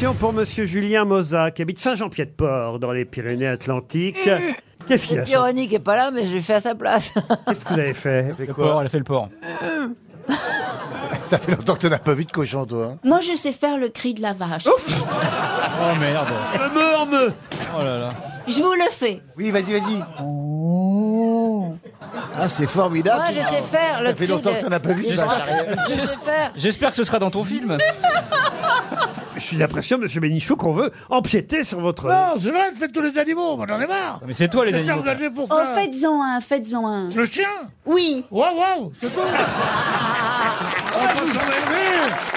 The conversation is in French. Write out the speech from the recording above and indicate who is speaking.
Speaker 1: question pour monsieur Julien Moza, qui habite Saint-Jean-Pied-de-Port, dans les Pyrénées-Atlantiques. Qu'est-ce qu'il a chanté?
Speaker 2: Véronique est pas là, mais j'ai fait à sa place.
Speaker 1: Qu'est-ce que vous avez fait?
Speaker 3: Le porc, elle a fait le porc.
Speaker 4: Ça fait longtemps que tu n'as pas vu de cochon, toi. Hein.
Speaker 5: Moi, je sais faire le cri de la vache.
Speaker 3: Oh merde.
Speaker 1: En me.
Speaker 3: Oh là là.
Speaker 5: Je vous le fais.
Speaker 4: Oui, vas-y. Ah, c'est formidable.
Speaker 2: Moi, je sais faire le
Speaker 4: Ça fait
Speaker 2: cri
Speaker 4: longtemps
Speaker 2: de...
Speaker 4: que tu n'as pas vu de vache arrière.
Speaker 2: Je sais faire...
Speaker 3: J'espère que ce sera dans ton film.
Speaker 1: Je suis l'impression, monsieur Bénichou, qu'on veut empiéter sur votre...
Speaker 6: Non, c'est vrai, faites tous les animaux, moi j'en ai marre.
Speaker 3: Mais c'est toi les
Speaker 6: J'étais
Speaker 3: animaux.
Speaker 6: engagé pour
Speaker 5: Oh,
Speaker 6: ça.
Speaker 5: faites-en un.
Speaker 6: Le chien.
Speaker 5: Oui.
Speaker 6: Waouh, c'est tout. On va s'en élever.